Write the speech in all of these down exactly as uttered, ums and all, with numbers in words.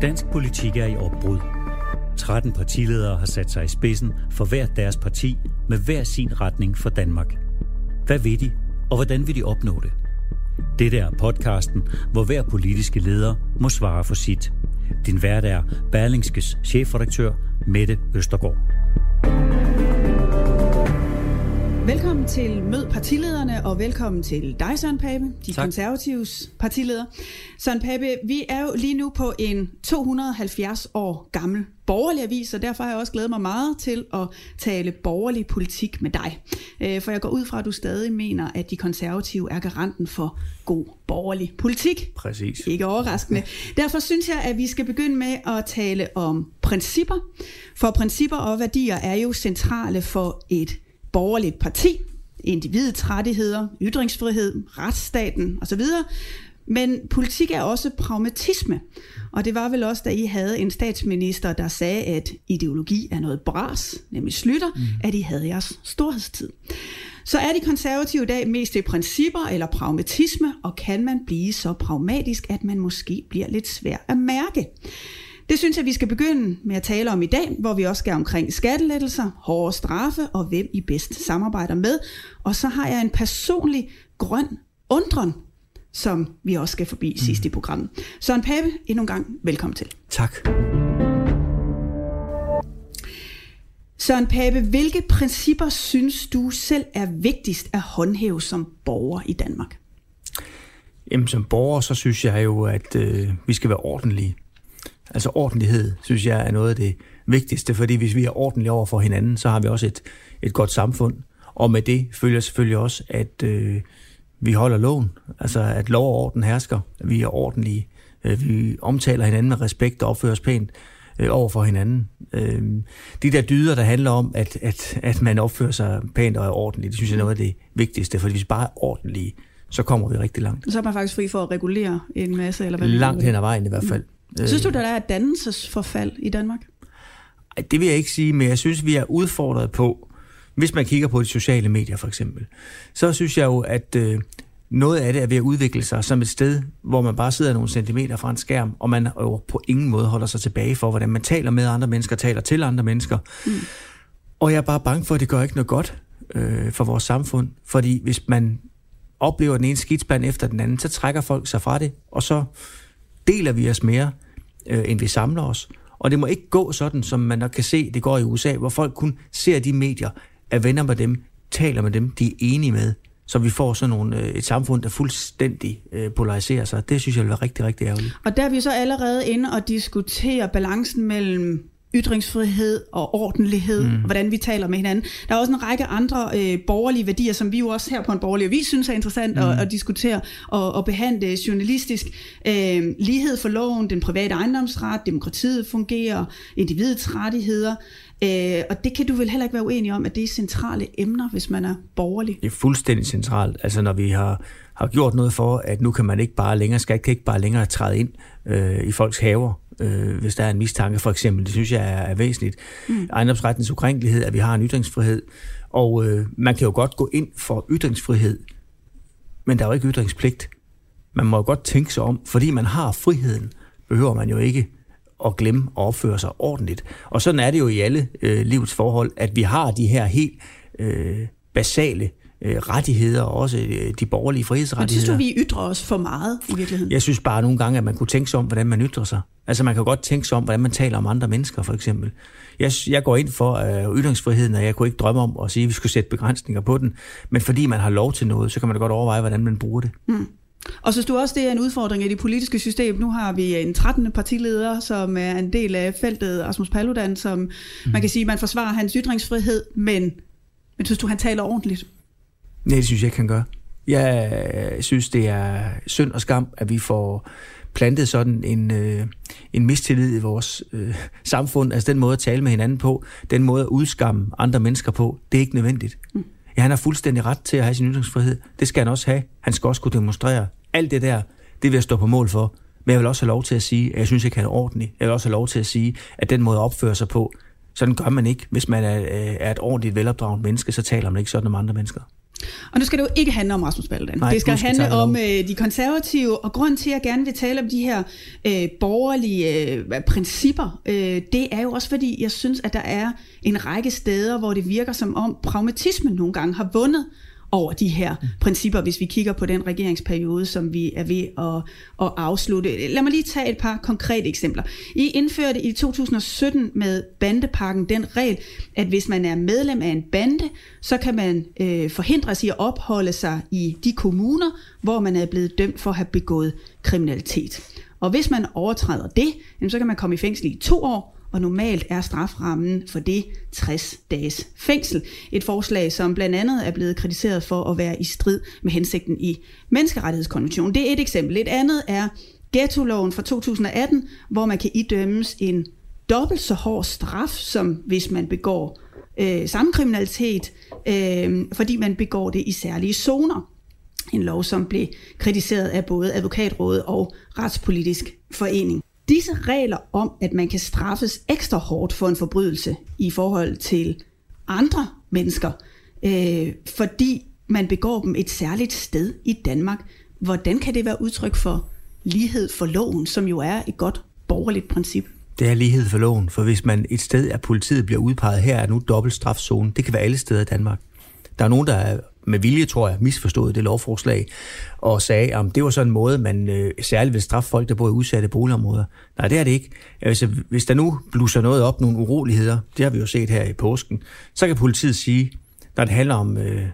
Dansk politik er i opbrud. tretten partiledere har sat sig i spidsen for hver deres parti med hver sin retning for Danmark. Hvad vil de, og hvordan vil de opnå det? Dette er podcasten, hvor hver politiske leder må svare for sit. Din vært er Berlingskes chefredaktør Mette Østergaard. Velkommen til Mød partilederne, og velkommen til dig, Søren Pape, de tak. konservatives partileder. Søren Pape, vi er jo lige nu på en to hundrede og halvfjerds år gammel borgerlig avis, og derfor har jeg også glædet mig meget til at tale borgerlig politik med dig. For jeg går ud fra, at du stadig mener, at de konservative er garanten for god borgerlig politik. Præcis. Ikke overraskende. Derfor synes jeg, at vi skal begynde med at tale om principper. For principper og værdier er jo centrale for et borgerligt parti, individets rettigheder, ytringsfrihed, retsstaten osv. Men politik er også pragmatisme. Og det var vel også, da I havde en statsminister, der sagde, at ideologi er noget bras, nemlig Schlüter, mm. at I havde jeres storhedstid. Så er de konservative i dag mest i principper eller pragmatisme, og kan man blive så pragmatisk, at man måske bliver lidt svær at mærke? Det synes jeg, vi skal begynde med at tale om i dag, hvor vi også skal omkring skattelettelser, hårde straffe og hvem I bedst samarbejder med. Og så har jeg en personlig grøn undren, som vi også skal forbi mm. sidst i programmet. Søren Pape, endnu en gang velkommen til. Tak. Søren Pape, hvilke principper synes du selv er vigtigst at håndhæve som borger i Danmark? Jamen som borger, så synes jeg jo, at øh, vi skal være ordentlige. Altså ordentlighed, synes jeg, er noget af det vigtigste, fordi hvis vi er ordentlige over for hinanden, så har vi også et, et godt samfund. Og med det følger selvfølgelig også, at øh, vi holder loven, altså at lov og orden hersker, at vi er ordentlige, øh, vi omtaler hinanden med respekt og opfører os pænt øh, over for hinanden. Øh, de der dyder, der handler om, at, at, at man opfører sig pænt og er ordentligt, det synes jeg er noget af det vigtigste, fordi hvis vi bare er ordentlige, så kommer vi rigtig langt. Så er man faktisk fri for at regulere en masse? Eller hvad langt hen ad vejen i hvert fald. Mm. Synes du, der er et dannelsesforfald i Danmark? Ej, det vil jeg ikke sige, men jeg synes, vi er udfordret på, hvis man kigger på de sociale medier for eksempel, så synes jeg jo, at øh, noget af det er ved at udvikle sig som et sted, hvor man bare sidder nogle centimeter fra en skærm, og man jo på ingen måde holder sig tilbage for, hvordan man taler med andre mennesker, taler til andre mennesker. Mm. Og jeg er bare bange for, at det gør ikke noget godt øh, for vores samfund, fordi hvis man oplever den ene skidspand efter den anden, så trækker folk sig fra det, og så deler vi os mere, øh, end vi samler os. Og det må ikke gå sådan, som man nok kan se, det går i U S A, hvor folk kun ser de medier, er venner med dem, taler med dem, de er enige med, så vi får sådan nogle, øh, et samfund, der fuldstændig øh, polariserer sig. Det synes jeg vil være rigtig, rigtig ærgerligt. Og der er vi så allerede inde og diskutere balancen mellem ytringsfrihed og ordentlighed, mm. og hvordan vi taler med hinanden. Der er også en række andre øh, borgerlige værdier, som vi jo også her på en borgerlig avis synes er interessant mm. at, at diskutere og, og behandle journalistisk. Øh, lighed for loven, den private ejendomsret, demokratiet fungerer, individets rettigheder. Øh, og det kan du vel heller ikke være uenig om, at det er centrale emner, hvis man er borgerlig? Det er fuldstændig centralt. Altså når vi har, har gjort noget for, at nu kan man ikke bare længere, skal ikke bare længere træde ind øh, i folks haver, øh, hvis der er en mistanke for eksempel. Det synes jeg er, er væsentligt. Mm. Ejendomsrettens ukrænkelighed, at vi har en ytringsfrihed. Og øh, man kan jo godt gå ind for ytringsfrihed, men der er jo ikke ytringspligt. Man må jo godt tænke sig om, fordi man har friheden, behøver man jo ikke at glemme at opføre sig ordentligt. Og sådan er det jo i alle øh, livets forhold, at vi har de her helt øh, basale øh, rettigheder, og også øh, de borgerlige frihedsrettigheder. Men synes du, vi ytrer os for meget i virkeligheden? Jeg synes bare nogle gange, at man kunne tænke sig om, hvordan man ytrer sig. Altså man kan godt tænke sig om, hvordan man taler om andre mennesker, for eksempel. Jeg, jeg går ind for øh, ytringsfriheden, og jeg kunne ikke drømme om at sige, at vi skulle sætte begrænsninger på den. Men fordi man har lov til noget, så kan man da godt overveje, hvordan man bruger det. Mm. Og synes du også, det er en udfordring i det politiske system? Nu har vi en trettende partileder, som er en del af feltet, Rasmus Paludan, som mm. man kan sige, man forsvarer hans ytringsfrihed, men, men synes du, han taler ordentligt? Nej, det synes jeg ikke, han gør. Jeg synes, det er synd og skam, at vi får plantet sådan en, øh, en mistillid i vores øh, samfund. Altså den måde at tale med hinanden på, den måde at udskamme andre mennesker på, det er ikke nødvendigt. Mm. Ja, han har fuldstændig ret til at have sin ytringsfrihed. Det skal han også have. Han skal også kunne demonstrere. Alt det der, det vil jeg stå på mål for. Men jeg vil også have lov til at sige, at jeg synes ikke, han er ordentlig. Jeg vil også have lov til at sige, at den måde at opføre sig på, sådan gør man ikke. Hvis man er, er et ordentligt velopdraget menneske, så taler man ikke sådan om andre mennesker. Og nu skal det jo ikke handle om Rasmus Paludan. Nej, det skal, skal handle om øh, de konservative, og grund til, at jeg gerne vil tale om de her øh, borgerlige øh, principper, øh, det er jo også fordi, jeg synes, at der er en række steder, hvor det virker som om pragmatismen nogle gange har vundet over de her mm. principper, hvis vi kigger på den regeringsperiode, som vi er ved at, at afslutte. Lad mig lige tage et par konkrete eksempler. I indførte i to tusind og sytten med bandepakken den regel, at hvis man er medlem af en bande, så kan man øh, forhindres i at opholde sig i de kommuner, hvor man er blevet dømt for at have begået kriminalitet. Og hvis man overtræder det, så kan man komme i fængsel i to år, og normalt er straframmen for det tres dages fængsel. Et forslag, som blandt andet er blevet kritiseret for at være i strid med hensigten i menneskerettighedskonventionen. Det er et eksempel. Et andet er ghettoloven fra to tusind og atten, hvor man kan idømmes en dobbelt så hård straf, som hvis man begår øh, samme kriminalitet, øh, fordi man begår det i særlige zoner. En lov, som blev kritiseret af både Advokatrådet og Retspolitisk Forening. Disse regler om, at man kan straffes ekstra hårdt for en forbrydelse i forhold til andre mennesker, øh, fordi man begår dem et særligt sted i Danmark, hvordan kan det være udtryk for lighed for loven, som jo er et godt borgerligt princip? Det er lighed for loven, for hvis man et sted af politiet bliver udpeget, her er nu dobbelt strafzone, det kan være alle steder i Danmark. Der er nogen, der er med vilje, tror jeg, misforstået det lovforslag, og sagde, at det var sådan en måde, man øh, særligt vil straffe folk, der bor i udsatte boligområder. Nej, det er det ikke. Altså, hvis der nu blusser noget op, nogle uroligheder, det har vi jo set her i påsken, så kan politiet sige, når det handler om øh,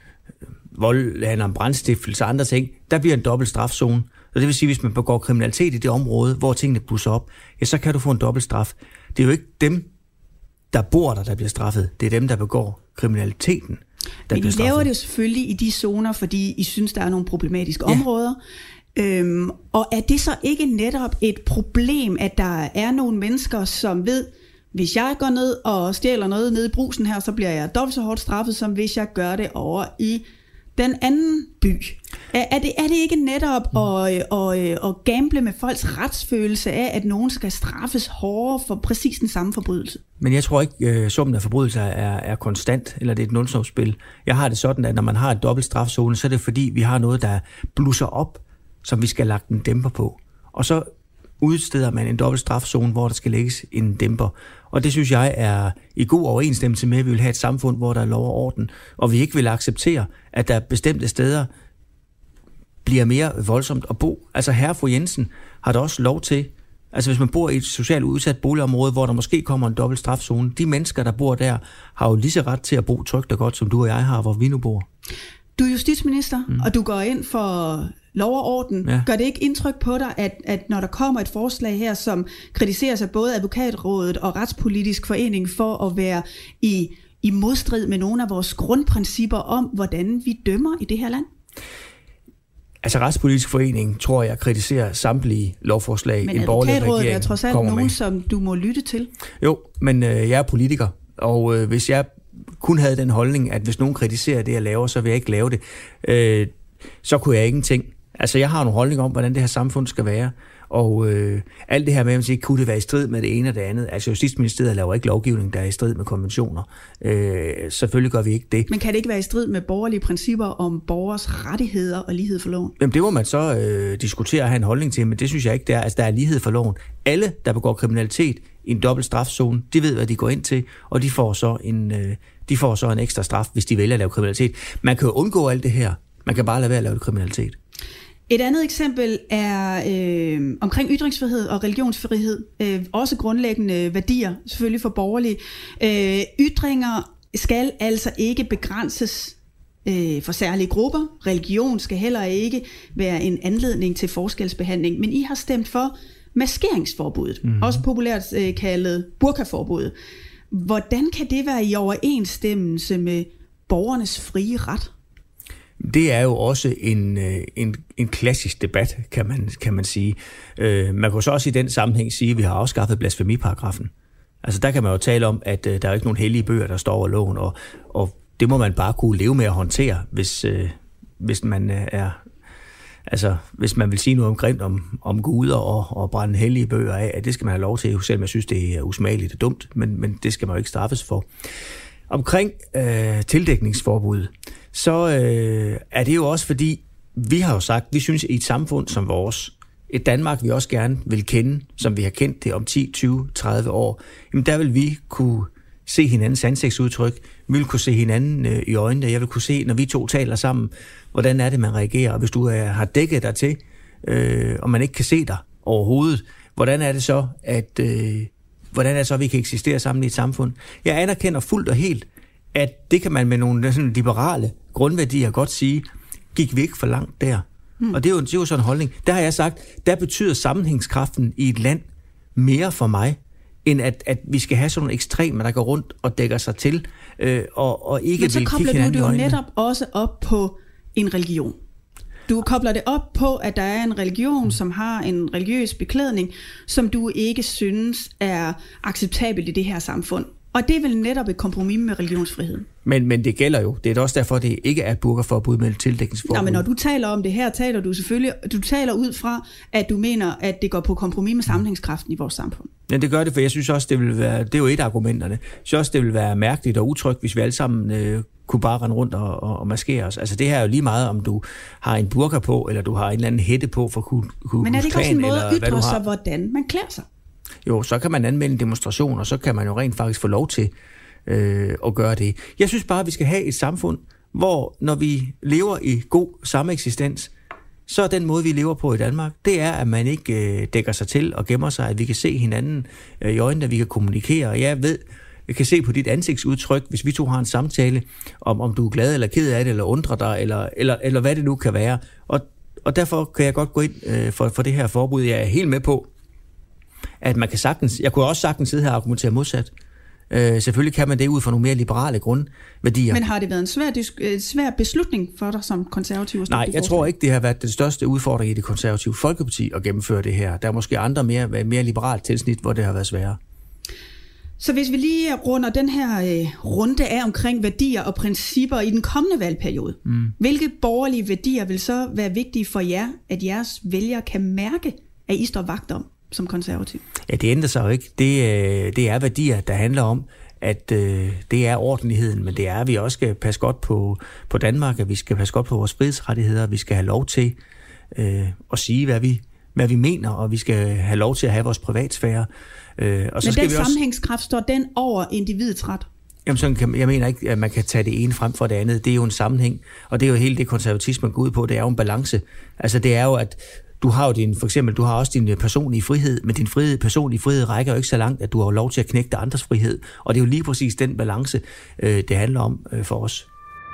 vold, det handler om brandstiftelse og andre ting, der bliver en dobbelt strafzone. Og det vil sige, hvis man begår kriminalitet i det område, hvor tingene blusser op, ja, så kan du få en dobbelt straf. Det er jo ikke dem, der bor der, der bliver straffet. Det er dem, der begår kriminaliteten. Men I laver det jo selvfølgelig i de zoner, fordi I synes, der er nogle problematiske ja. områder. Øhm, og er det så ikke netop et problem, at der er nogle mennesker, som ved, hvis jeg går ned og stjæler noget nede i Brugsen her, så bliver jeg dobbelt så hårdt straffet, som hvis jeg gør det over i den anden by. Er, er, det, er det ikke netop at, at, at gamble med folks retsfølelse af, at nogen skal straffes hårdere for præcis den samme forbrydelse? Men jeg tror ikke, at summen af forbrydelser er, er konstant, eller det er et nulsumsspil. Jeg har det sådan, at når man har et dobbelt strafzone, så er det fordi, vi har noget, der blusser op, som vi skal lagt en dæmper på. Og så udsteder man en dobbelt strafzone, hvor der skal lægges en dæmper. Og det synes jeg er i god overensstemmelse med, at vi vil have et samfund, hvor der er lov og orden, og vi ikke vil acceptere, at der bestemte steder bliver mere voldsomt at bo. Altså herre fru Jensen har der også lov til, altså hvis man bor i et socialt udsat boligområde, hvor der måske kommer en dobbelt strafzone, de mennesker, der bor der, har jo lige så ret til at bo trygt og godt, som du og jeg har, hvor vi nu bor. Du er justitsminister, mm. og du går ind for lov og orden. Ja. Gør det ikke indtryk på dig, at, at når der kommer et forslag her, som kritiseres af både Advokatrådet og Retspolitisk Forening for at være i, i modstrid med nogle af vores grundprincipper om, hvordan vi dømmer i det her land? Altså Retspolitisk Forening, tror jeg, kritiserer samtlige lovforslag, men en borgerlig regering kommer med. Men Advokatrådet er trods alt nogen, som du må lytte til. Jo, men øh, jeg er politiker, og øh, hvis jeg kun havde den holdning, at hvis nogen kritiserer det, jeg laver, så vil jeg ikke lave det, øh, så kunne jeg ingenting. Altså, jeg har nogle holdning om, hvordan det her samfund skal være, og øh, alt det her med, at man siger, kunne det være i strid med det ene og det andet. Altså, Justitsministeriet laver ikke lovgivning, der er i strid med konventioner. Øh, selvfølgelig gør vi ikke det. Men kan det ikke være i strid med borgerlige principper om borgers rettigheder og lighed for loven? Jamen, det må man så øh, diskutere og have en holdning til, men det synes jeg ikke, der er. Altså, der er lighed for loven. Alle, der begår kriminalitet i en dobbelt strafzone, de ved, hvad de går ind til, og de får så en, øh, de får så en ekstra straf, hvis de vælger at lave kriminalitet. Man kan jo undgå alt det her. Man kan bare lade være at lave kriminalitet. Et andet eksempel er øh, omkring ytringsfrihed og religionsfrihed. Øh, også grundlæggende værdier, selvfølgelig for borgerlige. Øh, ytringer skal altså ikke begrænses øh, for særlige grupper. Religion skal heller ikke være en anledning til forskelsbehandling. Men I har stemt for maskeringsforbuddet, mm-hmm. også populært øh, kaldet burkaforbuddet. Hvordan kan det være i overensstemmelse med borgernes frie ret? Det er jo også en, en, en klassisk debat, kan man, kan man sige. Øh, man kan så også i den sammenhæng sige, at vi har afskaffet blasfemiparagrafen. Altså der kan man jo tale om, at øh, der er ikke nogen hellige bøger, der står over loven, og, og det må man bare kunne leve med at håndtere, hvis, øh, hvis man øh, er... Altså, hvis man vil sige noget om grimt om, om guder og, og brænde hellige bøger af, at det skal man have lov til, selvom jeg synes, det er usmageligt og dumt, men, men det skal man jo ikke straffes for. Omkring øh, tildækningsforbud, så øh, er det jo også fordi, vi har jo sagt, vi synes, i et samfund som vores, et Danmark, vi også gerne vil kende, som vi har kendt det om ti, tyve, tredive år, jamen der vil vi kunne se hinandens ansigtsudtryk, vi vil kunne se hinanden øh, i øjnene, jeg vil kunne se, når vi to taler sammen, hvordan er det, man reagerer, og hvis du er, har dækket dig til, øh, og man ikke kan se dig overhovedet, hvordan er det så, at øh, hvordan er det så, at vi kan eksistere sammen i et samfund? Jeg anerkender fuldt og helt, at det kan man med nogle sådan liberale grundværdier godt sige, gik vi ikke for langt der. Hmm. Og det er, jo, det er jo sådan en holdning. Der har jeg sagt, der betyder sammenhængskraften i et land mere for mig, end at, at vi skal have sådan nogle ekstremer, der går rundt og dækker sig til, øh, og, og ikke vil kigge hinanden i øjnene. Men så kobler du det jo netop også op på en religion. Du kobler det op på, at der er en religion, som har en religiøs beklædning, som du ikke synes er acceptabelt i det her samfund. Og det er vel netop et kompromis med religionsfriheden. Men, men det gælder jo. Det er også derfor, det ikke er et burkaforbud med tildækningsforbud. Nå, men når du taler om det her, taler du selvfølgelig du taler ud fra, at du mener, at det går på kompromis med sammenhængskraften i vores samfund. Ja, det gør det, for jeg synes også, det vil være, det er jo et af argumenterne. Jeg synes også, det vil være mærkeligt og utrygt, hvis vi alle sammen øh, kunne bare rende rundt og, og, og maskere os. Altså det her er jo lige meget, om du har en burka på, eller du har en eller anden hætte på for Ku Klux Klan. Men er det ikke også en måde at ytre sig, hvordan man klæder sig? Jo, så kan man anmelde en demonstration, og så kan man jo rent faktisk få lov til øh, at gøre det. Jeg synes bare, at vi skal have et samfund, hvor når vi lever i god sameksistens, så er den måde, vi lever på i Danmark, det er, at man ikke øh, dækker sig til og gemmer sig, at vi kan se hinanden øh, i øjnene, at vi kan kommunikere. Og jeg ved, jeg kan se på dit ansigtsudtryk, hvis vi to har en samtale, om, om du er glad eller ked af det, eller undrer dig, eller, eller, eller hvad det nu kan være. Og, og derfor kan jeg godt gå ind øh, for, for det her forbud. Jeg er helt med på, at man kan sagtens, jeg kunne også sagtens sidde her og argumentere modsat. Øh, selvfølgelig kan man det ud fra nogle mere liberale grundværdier. Men har det været en svær, svær beslutning for dig som konservativ? Nej, jeg tror ikke, det har været den største udfordring i det konservative Folkeparti at gennemføre det her. Der er måske andre mere, mere liberalt tilsnit, hvor det har været sværere. Så hvis vi lige runder den her øh, runde af omkring værdier og principper i den kommende valgperiode, mm. hvilke borgerlige værdier vil så være vigtige for jer, at jeres vælgere kan mærke, at I står vagt om som konservativ? Ja, det ændrer sig jo ikke. Det, øh, det er værdier, der handler om, at øh, det er ordentligheden, men det er, at vi også skal passe godt på, på Danmark, at vi skal passe godt på vores frihedsrettigheder, vi skal have lov til øh, at sige, hvad vi, hvad vi mener, og vi skal have lov til at have vores privatsfære. Øh, og så men skal den vi også... sammenhængskraft, står den over individets ret? Jamen, sådan kan, jeg mener ikke, at man kan tage det ene frem for det andet. Det er jo en sammenhæng, og det er jo hele det konservatisme går ud på. Det er jo en balance. Altså, det er jo, at du har jo din, for eksempel, du har også din personlige frihed, men din frihed, personlige frihed rækker jo ikke så langt, at du har lov til at knægte andres frihed. Og det er jo lige præcis den balance, øh, det handler om øh, for os.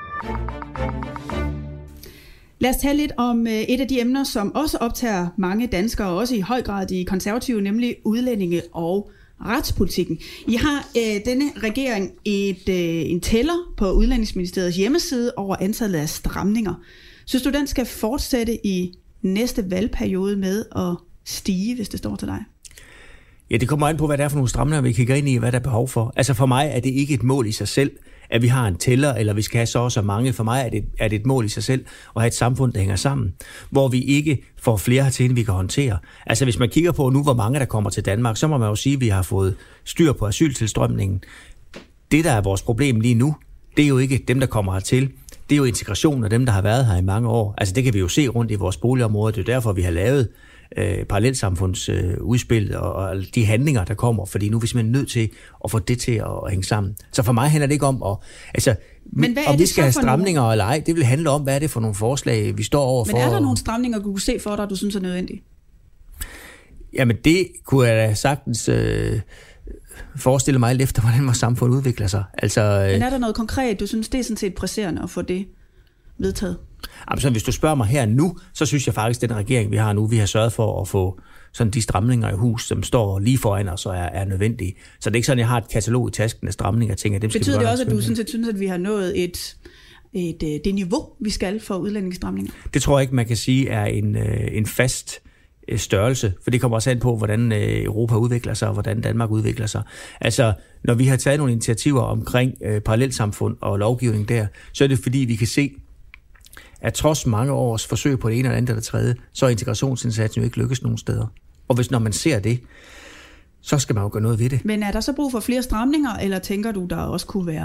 Lad os tale lidt om et af de emner, som også optager mange danskere, og også i høj grad de konservative, nemlig udlændinge og retspolitikken. I har øh, denne regering et, øh, en tæller på Udlændingsministeriets hjemmeside over antallet af stramninger. Synes du, den skal fortsætte i næste valgperiode med at stige, hvis det står til dig? Ja, det kommer an på, hvad det er for nogle stramninger, vi kigger ind i, hvad der er behov for. Altså for mig er det ikke et mål i sig selv, at vi har en tæller, eller vi skal have så og så mange. For mig er det, er det et mål i sig selv at have et samfund, der hænger sammen, hvor vi ikke får flere hertil, end vi kan håndtere. Altså hvis man kigger på nu, hvor mange der kommer til Danmark, så må man jo sige, at vi har fået styr på asyltilstrømningen. Det, der er vores problem lige nu, det er jo ikke dem, der kommer hertil. Det er jo integrationen af dem, der har været her i mange år. Altså det kan vi jo se rundt i vores boligområder. Det er derfor, vi har lavet øh, parallelsamfundsudspil øh, og, og de handlinger, der kommer. Fordi nu er vi simpelthen nødt til at få det til at, at hænge sammen. Så for mig handler det ikke om, at, altså, Men hvad om vi skal have stramninger nogle... eller ej. Det vil handle om, hvad er det for nogle forslag, vi står over for. Men er der nogle stramninger, du kunne se for dig, du synes er nødvendige? Jamen det kunne jeg da sagtens... Øh, forestille mig alt efter, hvordan vores samfund udvikler sig. Altså, Men er der noget konkret, du synes, det er sådan set presserende at få det vedtaget? Altså, hvis du spørger mig her nu, så synes jeg faktisk, at den regering, vi har nu, vi har sørget for at få sådan de stramninger i hus, som står lige foran os og er, er nødvendige. Så det er ikke sådan, at jeg har et katalog i tasken af stramninger, jeg tænker, dem skal Betyder vi det også, at du sådan set synes, at vi har nået et, et, et, det niveau, vi skal for udlændingsstramninger? Det tror jeg ikke, man kan sige er en, en fast størrelse, for det kommer også an på, hvordan Europa udvikler sig, og hvordan Danmark udvikler sig. Altså, når vi har taget nogle initiativer omkring øh, parallelsamfund og lovgivning der, så er det fordi, vi kan se, at trods mange års forsøg på det ene eller andet eller tredje, så er integrationsindsatsen jo ikke lykkes nogen steder. Og hvis når man ser det, så skal man jo gøre noget ved det. Men er der så brug for flere stramninger, eller tænker du, der også kunne være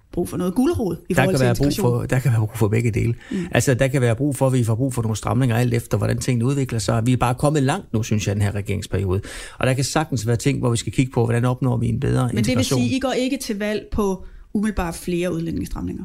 brug for noget gulerod i der forhold kan til være brug integration. for, der kan være brug for begge dele. Mm. Altså, der kan være brug for, at vi får brug for nogle stramninger alt efter, hvordan tingene udvikler sig. Vi er bare kommet langt nu, synes jeg, den her regeringsperiode. Og der kan sagtens være ting, hvor vi skal kigge på, hvordan opnår vi en bedre Men integration. det vil sige, I går ikke til valg på umiddelbart flere udlændingestramninger?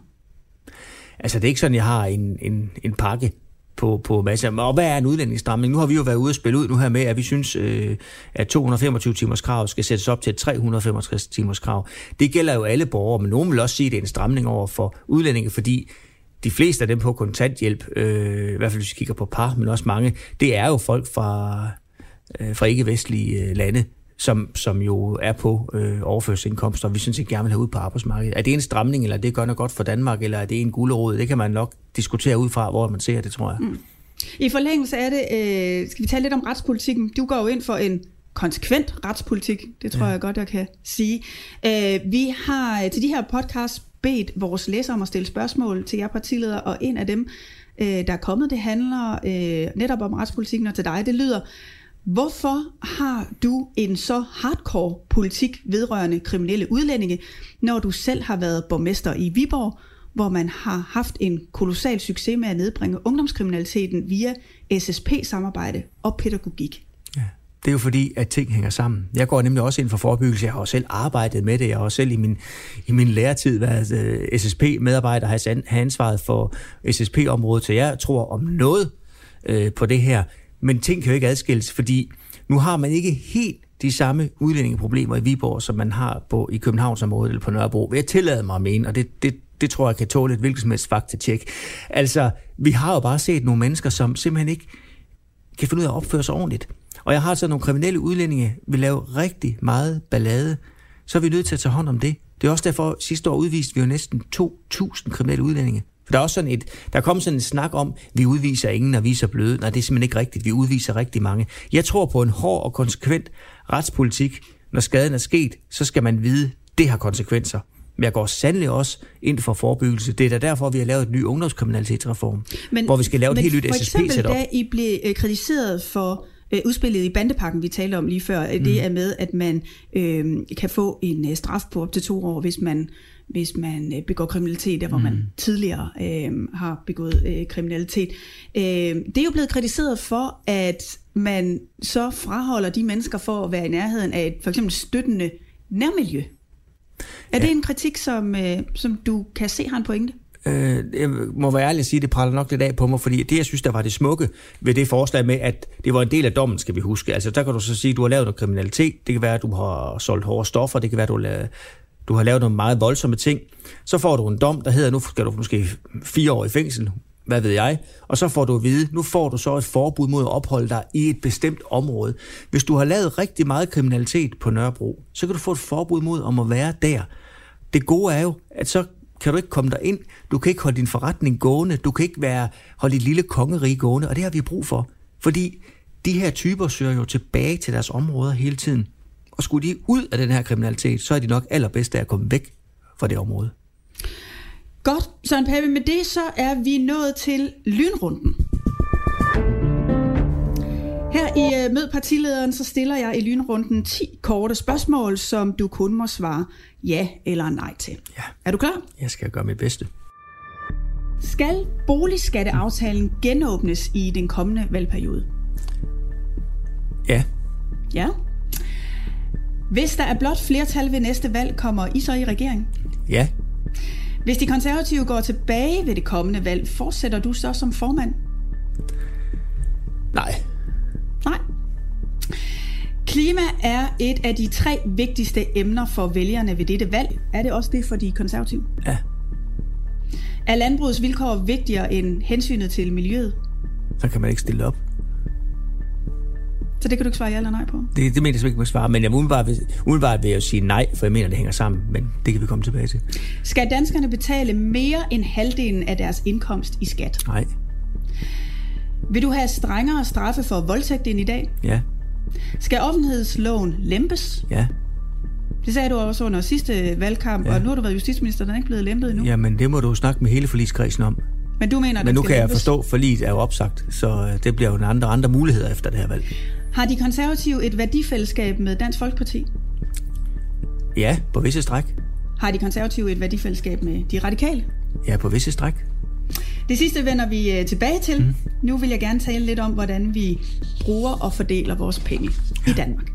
Altså, det er ikke sådan, jeg har en, en, en pakke på, på masser. Og hvad er en udlændingsstramning? Nu har vi jo været ude og spille ud nu her med, at vi synes, øh, at to hundrede og femogtyve timers krav skal sættes op til et tre hundrede og femogtres timers krav. Det gælder jo alle borgere, men nogen vil også sige, at det er en stramning over for udlændinge, fordi de fleste af dem på kontanthjælp, øh, i hvert fald hvis vi kigger på par, men også mange, det er jo folk fra, øh, fra ikke-vestlige øh, lande, som, som jo er på øh, overførselsindkomster, og vi synes ikke gerne vil have ud på arbejdsmarkedet. Er det en stramning, eller er det gør noget godt for Danmark, eller er det en gulerod? Det kan man nok diskutere ud fra, hvor man ser det, tror jeg. Mm. I forlængelse af det, øh, skal vi tale lidt om retspolitikken. Du går jo ind for en konsekvent retspolitik, det tror ja. jeg godt, jeg kan sige. Øh, vi har til de her podcasts bedt vores læsere om at stille spørgsmål til jer partiledere, og en af dem, øh, der er kommet, det handler øh, netop om retspolitikken, og til dig, det lyder: hvorfor har du en så hardcore politik vedrørende kriminelle udlændinge, når du selv har været borgmester i Viborg, hvor man har haft en kolossal succes med at nedbringe ungdomskriminaliteten via S S P-samarbejde og pædagogik? Ja, det er jo fordi, at ting hænger sammen. Jeg går nemlig også ind for forebyggelse. Jeg har også selv arbejdet med det. Jeg har også selv i min, i min læretid været uh, S S P-medarbejder, har ansvaret for S S P-området, så jeg tror om noget uh, på det her. Men ting kan jo ikke adskilles, fordi nu har man ikke helt de samme udlændingeproblemer i Viborg, som man har på, i Københavnsområdet eller på Nørrebro. Vil jeg tillade mig at mene, og det, det, det tror jeg kan tåle et hvilket som helst faktatjek. Altså, vi har jo bare set nogle mennesker, som simpelthen ikke kan finde ud af at opføre sig ordentligt. Og jeg har altså nogle kriminelle udlændinge, vil lave rigtig meget ballade, så er vi nødt til at tage hånd om det. Det er også derfor, sidste år udviste vi jo næsten to tusind kriminelle udlændinge. For der er også sådan et, der kom sådan en snak om, vi udviser ingen, og vi er så bløde. Nej, det er simpelthen ikke rigtigt. Vi udviser rigtig mange. Jeg tror på en hård og konsekvent retspolitik. Når skaden er sket, så skal man vide, det har konsekvenser. Men jeg går sandelig også ind for forebyggelse. Det er da derfor, vi har lavet en ny ungdomskriminalitetsreform, men, hvor vi skal lave et helt nyt S S P-setup. For eksempel, da I blev kritiseret for øh, udspillet i bandepakken, vi talte om lige før, mm. det er med, at man øh, kan få en øh, straf på op til to år, hvis man hvis man begår kriminalitet, der hvor mm. man tidligere øh, har begået øh, kriminalitet. Øh, det er jo blevet kritiseret for, at man så fraholder de mennesker for at være i nærheden af et for eksempel støttende nærmiljø. Er ja. det en kritik, som, øh, som du kan se har en pointe? Øh, jeg må være ærlig at sige, det praller nok lidt af på mig, fordi det, jeg synes, der var det smukke ved det forslag med, at det var en del af dommen, skal vi huske. Altså, der kan du så sige, at du har lavet noget kriminalitet, det kan være, at du har solgt hårde stoffer, det kan være, at du har lavet Du har lavet nogle meget voldsomme ting. Så får du en dom, der hedder, nu skal du måske fire år i fængsel, hvad ved jeg, og så får du at vide, nu får du så et forbud mod at opholde dig i et bestemt område. Hvis du har lavet rigtig meget kriminalitet på Nørrebro, så kan du få et forbud mod om at være der. Det gode er jo, at så kan du ikke komme der ind, du kan ikke holde din forretning gående, du kan ikke være, holde dit lille kongerige gående, og det har vi brug for. Fordi de her typer søger jo tilbage til deres områder hele tiden. Og skulle de ud af den her kriminalitet, så er de nok allerbedst af at komme væk fra det område. Godt, Søren Pape. Med det så er vi nået til lynrunden. Her i Mød partilederen, så stiller jeg i lynrunden ti korte spørgsmål, som du kun må svare ja eller nej til. Ja. Er du klar? Jeg skal gøre mit bedste. Skal boligskatteaftalen genåbnes i den kommende valgperiode? Ja. Ja. Hvis der er blot flertal ved næste valg, kommer I så i regering? Ja. Hvis de konservative går tilbage ved det kommende valg, fortsætter du så som formand? Nej. Nej. Klima er et af de tre vigtigste emner for vælgerne ved dette valg. Er det også det for de konservative? Ja. Er landbrugets vilkår vigtigere end hensynet til miljøet? Så kan man ikke stille op. Så det kan du ikke svare ja eller nej på? Det, det mener jeg ikke, man svare, men jeg umiddelbart vil, umiddelbart vil jeg sige nej, for jeg mener, det hænger sammen, men det kan vi komme tilbage til. Skal danskerne betale mere end halvdelen af deres indkomst i skat? Nej. Vil du have strengere straffe for voldtægt end i dag? Ja. Skal offentlighedsloven lempes? Ja. Det sagde du også under sidste valgkamp, ja. Og nu har du været justitsminister, den er ikke blevet lempet endnu. Jamen, det må du snakke med hele forligskredsen om. Men du mener, Men nu kan lempes. Jeg forstå, at forliget er jo opsagt, så det bliver jo andre, andre muligheder efter det her valg. Har de konservative et værdifællesskab med Dansk Folkeparti? Ja, på visse stræk. har de konservative et værdifællesskab med de radikale. Ja, på visse stræk. Det sidste vender vi tilbage til. Mm. Nu vil jeg gerne tale lidt om, hvordan vi bruger og fordeler vores penge i Danmark.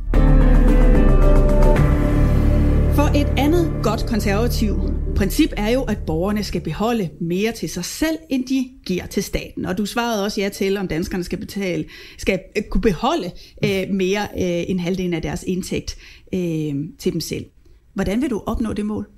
For et andet godt konservativt princip er jo, at borgerne skal beholde mere til sig selv, end de giver til staten. Og du svarede også ja til, om danskerne skal betale, skal kunne beholde øh, mere øh, end halvdelen af deres indtægt øh, til dem selv. Hvordan vil du opnå det mål?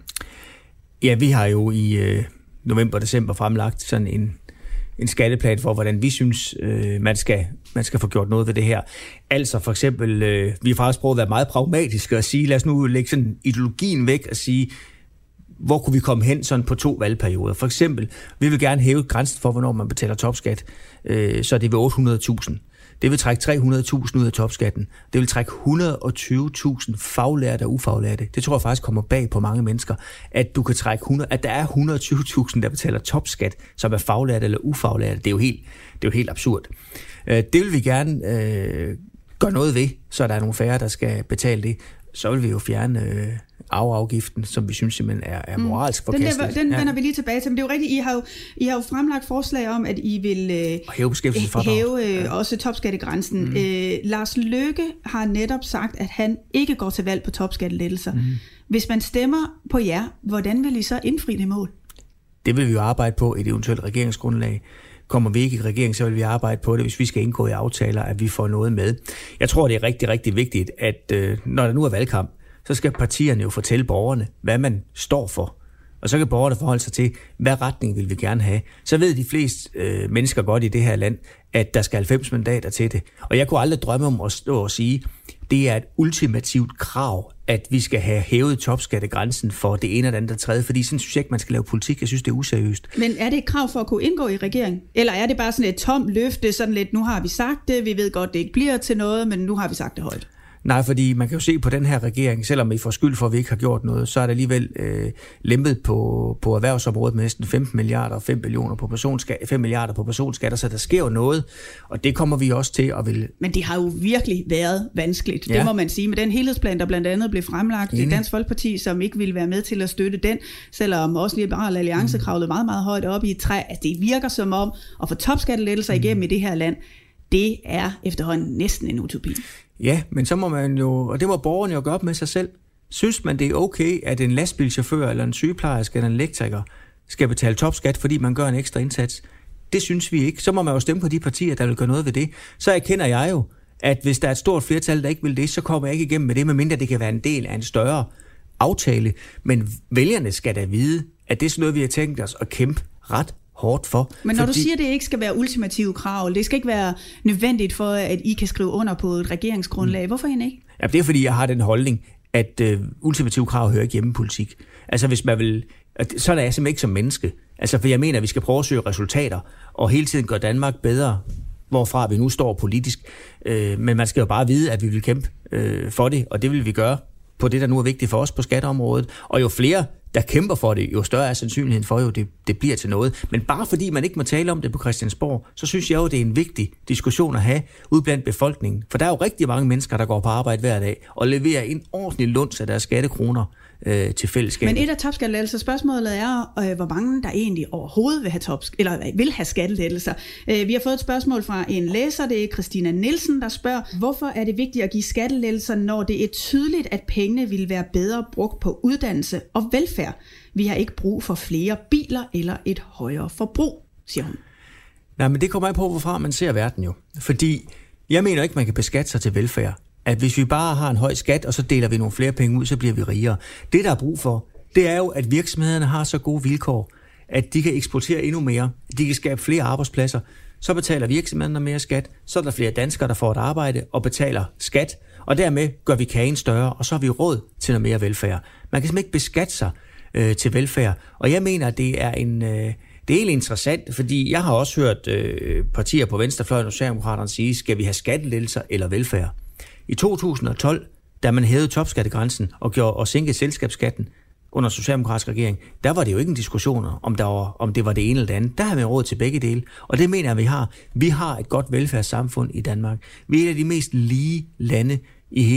Ja, vi har jo i øh, november og december fremlagt sådan en, en skatteplan for, hvordan vi synes, øh, man, skal, man skal få gjort noget ved det her. Altså for eksempel, øh, vi har faktisk prøvet at være meget pragmatiske og sige, lad os nu lægge sådan ideologien væk og sige, hvor kunne vi komme hen sådan på to valgperioder? For eksempel, vi vil gerne hæve grænsen for, hvornår man betaler topskat, øh, så det er ved otte hundrede tusind. Det vil trække tre hundrede tusind ud af topskatten. Det vil trække et hundrede og tyve tusind faglærte og ufaglærte. Det tror jeg faktisk kommer bag på mange mennesker, at du kan trække hundrede, at der er et hundrede og tyve tusind, der betaler topskat, som er faglærte eller ufaglærte. Det er jo helt, det er jo helt absurd. Det vil vi gerne øh, gøre noget ved, så der er nogle færre, der skal betale det. Så vil vi jo fjerne øh, arveafgiften, som vi synes simpelthen er, er moralsk forkasteligt. Den, der, den ja. vender vi lige tilbage til, men det er jo rigtigt, I har jo, I har jo fremlagt forslag om, at I vil øh, hæve beskæftigelsesfradrag. Hæve øh, ja. også topskattegrænsen. Mm. Øh, Lars Løkke har netop sagt, at han ikke går til valg på topskattelettelser. Mm. Hvis man stemmer på jer, hvordan vil I så indfri det mål? Det vil vi jo arbejde på i et eventuelt regeringsgrundlag. Kommer vi ikke i regering, så vil vi arbejde på det, hvis vi skal indgå i aftaler, at vi får noget med. Jeg tror, det er rigtig, rigtig vigtigt, at øh, når der nu er valgkamp, så skal partierne jo fortælle borgerne, hvad man står for. Og så kan borgerne forholde sig til, hvad retning vil vi gerne have. Så ved de fleste øh, mennesker godt i det her land, at der skal halvfems mandater til det. Og jeg kunne aldrig drømme om at stå og sige, det er et ultimativt krav, at vi skal have hævet topskattegrænsen for det ene og det andet og tredje, fordi sådan synes jeg ikke, man skal lave politik. Jeg synes, det er useriøst. Men er det et krav for at kunne indgå i regering? Eller er det bare sådan et tomt løfte, sådan lidt, nu har vi sagt det, vi ved godt, det ikke bliver til noget, men nu har vi sagt det højt? Nej, fordi man kan jo se på den her regering, selvom I får skyld for, at vi ikke har gjort noget, så er der alligevel øh, lempet på, på erhvervsområdet med næsten femten milliarder og fem millioner på personskat, fem milliarder på personskatter, så der sker jo noget, og det kommer vi også til at vil. Men det har jo virkelig været vanskeligt, ja. Det må man sige, med den helhedsplan, der blandt andet blev fremlagt i Dansk Folkeparti, som ikke ville være med til at støtte den, selvom også Liberal Alliance mm. kravlede meget, meget højt op i et træ. Altså, det virker som om at få topskattelettelser mm. igennem i det her land, det er efterhånden næsten en utopi. Ja, men så må man jo, og det må borgerne jo gøre op med sig selv. Synes man, det er okay, at en lastbilchauffør eller en sygeplejerske eller en elektriker skal betale topskat, fordi man gør en ekstra indsats? Det synes vi ikke. Så må man jo stemme på de partier, der vil gøre noget ved det. Så erkender jeg jo, at hvis der er et stort flertal, der ikke vil det, så kommer jeg ikke igennem med det, medmindre det kan være en del af en større aftale. Men vælgerne skal da vide, at det er sådan noget, vi har tænkt os at kæmpe ret hårdt for. Men når fordi... du siger, at det ikke skal være ultimative krav, det skal ikke være nødvendigt for, at I kan skrive under på et regeringsgrundlag. Mm. Hvorfor egentlig ikke? Ja, det er, fordi jeg har den holdning, at øh, ultimative krav hører ikke hjemme i politik. Altså hvis man vil... Så er jeg simpelthen ikke som menneske. Altså for jeg mener, at vi skal prøve at søge resultater, og hele tiden gøre Danmark bedre, hvorfra vi nu står politisk. Øh, men man skal jo bare vide, at vi vil kæmpe øh, for det, og det vil vi gøre på det, der nu er vigtigt for os på skatteområdet. Og jo flere der kæmper for det, jo større er sandsynligheden for, jo det, det bliver til noget. Men bare fordi man ikke må tale om det på Christiansborg, så synes jeg jo, det er en vigtig diskussion at have ude blandt befolkningen. For der er jo rigtig mange mennesker, der går på arbejde hver dag og leverer en ordentlig luns af deres skattekroner øh, til fællesskabet. Men et af topskattelettelser, spørgsmålet er, øh, hvor mange der egentlig overhovedet vil have, tops- eller vil have skattelettelser. Øh, vi har fået et spørgsmål fra en læser, det er Christina Nielsen, der spørger, hvorfor er det vigtigt at give skattelettelser, når det er tydeligt, at pengene ville være bedre brugt på uddannelse og velfærd? Vi har ikke brug for flere biler eller et højere forbrug, siger hun. Nej, men det kommer an på, hvorfra man ser verden jo. Fordi jeg mener ikke, man kan beskatte sig til velfærd. At hvis vi bare har en høj skat, og så deler vi nogle flere penge ud, så bliver vi rigere. Det, der er brug for, det er jo, at virksomhederne har så gode vilkår, at de kan eksportere endnu mere, de kan skabe flere arbejdspladser. Så betaler virksomhederne mere skat, så er der flere danskere, der får et arbejde og betaler skat, og dermed gør vi kagen større, og så har vi råd til noget mere velfærd. Man kan simpelthen ikke beskatte sig øh, til velfærd, og jeg mener, at det er en... Øh, Det er egentlig interessant, fordi jeg har også hørt øh, partier på venstrefløjen og Socialdemokraterne sige, skal vi have skattelettelser eller velfærd? I to tusind og tolv, da man hævede topskattegrænsen og, gjorde, og sænkede selskabsskatten under socialdemokratisk regering, der var det jo ikke en diskussion om, der var, om det var det ene eller det andet. Der har vi råd til begge dele, og det mener jeg, vi har. Vi har et godt velfærdssamfund i Danmark. Vi er et af de mest lige lande i hele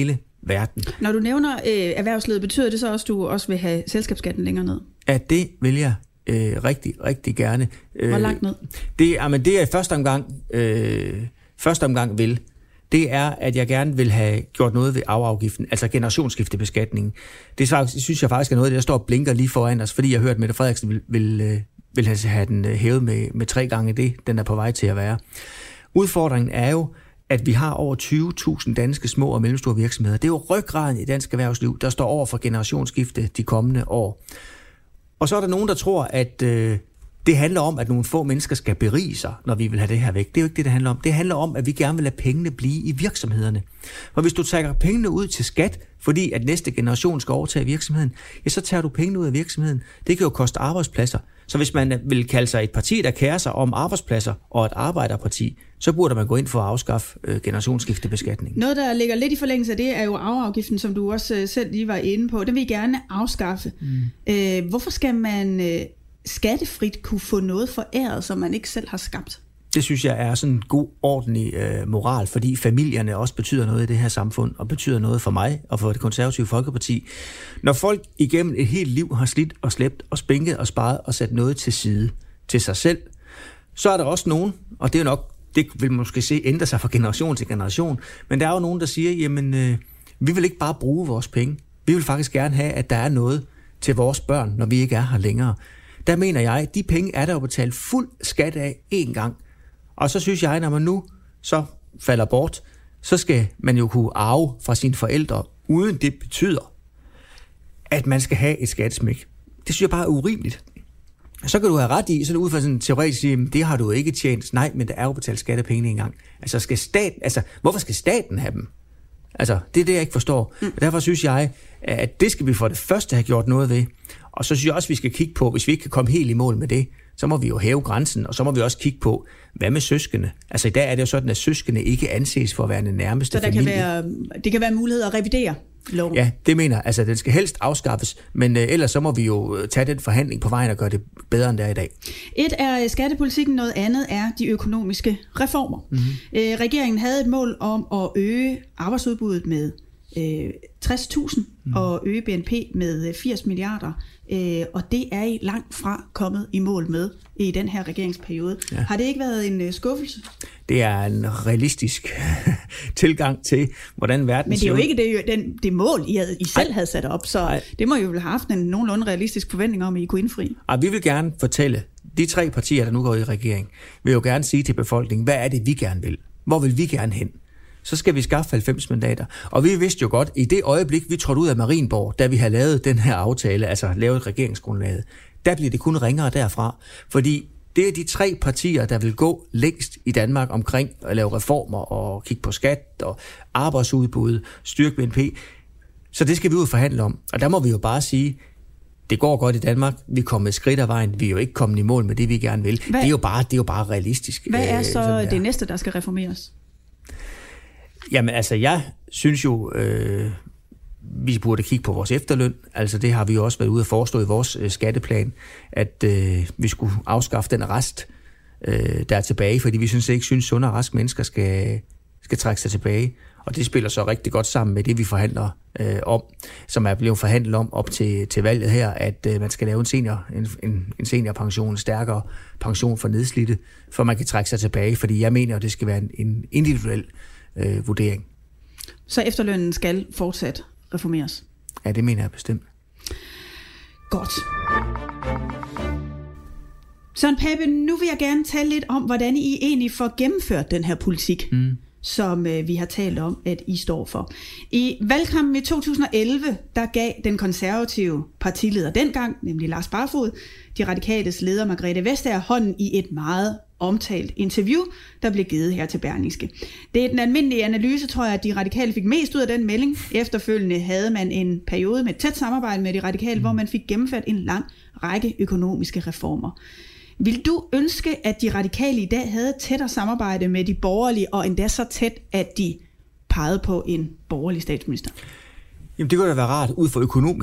verden. Når du nævner øh, erhvervslivet, betyder det så også, at du også vil have selskabsskatten længere ned? At det vil jeg øh, rigtig, rigtig gerne. Hvor langt ned? Det, jamen, det er i første omgang, øh, første omgang vil, det er, at jeg gerne vil have gjort noget ved arveafgiften, altså generationsskiftebeskatningen. Det synes jeg faktisk er noget af det, der står og blinker lige foran os, fordi jeg har hørt, at Mette Frederiksen vil, vil, vil have den hævet med, med tre gange det, den er på vej til at være. Udfordringen er jo, at vi har over tyve tusind danske små og mellemstore virksomheder. Det er jo ryggraden i dansk erhvervsliv, der står over for generationsskifte de kommende år. Og så er der nogen, der tror, at øh, det handler om, at nogle få mennesker skal berige sig, når vi vil have det her væk. Det er jo ikke det, det handler om. Det handler om, at vi gerne vil lade pengene blive i virksomhederne. Og hvis du tager pengene ud til skat, fordi at næste generation skal overtage virksomheden, ja, så tager du pengene ud af virksomheden. Det kan jo koste arbejdspladser. Så hvis man vil kalde sig et parti, der kærer sig om arbejdspladser og et arbejderparti, så burde man gå ind for at afskaffe øh, generationsskiftebeskatning. Noget, der ligger lidt i forlængelse af det, er jo arveafgiften, som du også øh, selv lige var inde på. Den vil I gerne afskaffe. Mm. Øh, hvorfor skal man øh, skattefrit kunne få noget foræret, som man ikke selv har skabt? Det synes jeg er sådan en god, ordentlig øh, moral, fordi familierne også betyder noget i det her samfund, og betyder noget for mig og for Det Konservative Folkeparti. Når folk igennem et helt liv har slidt og slæbt og spinket og sparet og sat noget til side til sig selv, så er der også nogen, og det er nok, det vil måske se ændre sig fra generation til generation, men der er jo nogen, der siger, jamen, øh, vi vil ikke bare bruge vores penge. Vi vil faktisk gerne have, at der er noget til vores børn, når vi ikke er her længere. Der mener jeg, de penge er der jo betalt fuld skat af én gang. Og så synes jeg, når man nu så falder bort, så skal man jo kunne arve fra sine forældre, uden det betyder, at man skal have et skattesmæk. Det synes jeg bare er urimeligt. Så kan du have ret i, så ud fra sådan teoretisk sige, det har du ikke tjent. Nej, men der er jo betalt skattepenge engang. Altså, skal staten, altså, hvorfor skal staten have dem? Altså, det er det, jeg ikke forstår. Mm. Derfor synes jeg, at det skal vi for det første have gjort noget ved. Og så synes jeg også, at vi skal kigge på, hvis vi ikke kan komme helt i mål med det, så må vi jo hæve grænsen, og så må vi også kigge på, hvad med søskende? Altså i dag er det jo sådan, at søskende ikke anses for at være den nærmeste familie. Så der familie. Kan være, det kan være mulighed at revidere loven? Ja, det mener jeg. Altså den skal helst afskaffes, men øh, ellers så må vi jo tage den forhandling på vejen og gøre det bedre, end det er i dag. Et er skattepolitikken, noget andet er de økonomiske reformer. Mm-hmm. Øh, regeringen havde et mål om at øge arbejdsudbuddet med øh, tres tusind mm. og øge B N P med firs milliarder. Øh, og det er I langt fra kommet i mål med i den her regeringsperiode. Ja. Har det ikke været en uh, skuffelse? Det er en realistisk tilgang til, hvordan verden. Men det er jo ikke det, den, det mål, I, havde, I selv Ej. havde sat op, så Ej. det må I jo have haft en nogenlunde realistisk forventning om, at I kunne indfri. Og vi vil gerne fortælle, de tre partier, der nu går i regering, vil jo gerne sige til befolkningen, hvad er det, vi gerne vil? Hvor vil vi gerne hen? Så skal vi skaffe halvfems mandater. Og vi vidste jo godt, i det øjeblik, vi trådte ud af Marienborg, da vi havde lavet den her aftale, altså lavet regeringsgrundlaget, der bliver det kun ringere derfra. Fordi det er de tre partier, der vil gå længst i Danmark omkring at lave reformer og kigge på skat og arbejdsudbud, styrke B N P. Så det skal vi ud og forhandle om. Og der må vi jo bare sige, det går godt i Danmark. Vi er kommet et skridt af vejen. Vi er jo ikke kommet i mål med det, vi gerne vil. Hvad, det, er jo bare, det er jo bare realistisk. Hvad er så øh, det næste, der skal reformeres? Jamen altså, jeg synes jo, øh, vi burde kigge på vores efterløn. Altså det har vi jo også været ude at forestå i vores øh, skatteplan, at øh, vi skulle afskaffe den rest, øh, der er tilbage, fordi vi synes ikke synes, sunde og raske mennesker skal, skal trække sig tilbage. Og det spiller så rigtig godt sammen med det, vi forhandler øh, om, som er blevet forhandlet om op til, til valget her, at øh, man skal lave en, senior, en, en, en seniorpension, en stærkere pension for nedslidte, for man kan trække sig tilbage, fordi jeg mener, at det skal være en, en individuel øh, vurdering. Så efterlønnen skal fortsat reformeres? Ja, det mener jeg bestemt. Godt. Søren Pape, nu vil jeg gerne tale lidt om, hvordan I egentlig får gennemført den her politik, mm. som øh, vi har talt om, at I står for. I valgkampen i to tusind og elleve, der gav den konservative partileder dengang, nemlig Lars Barfoed, de radikales leder Margrethe Vestager hånden i et meget omtalt interview, der blev givet her til Berlingske. Det er den almindelige analyse, tror jeg, at de radikale fik mest ud af den melding. Efterfølgende havde man en periode med tæt samarbejde med de radikale, mm. hvor man fik gennemført en lang række økonomiske reformer. Vil du ønske, at de radikale i dag havde tættere samarbejde med de borgerlige, og endda så tæt, at de pegede på en borgerlig statsminister? Jamen det kunne da være rart ud fra økonomisk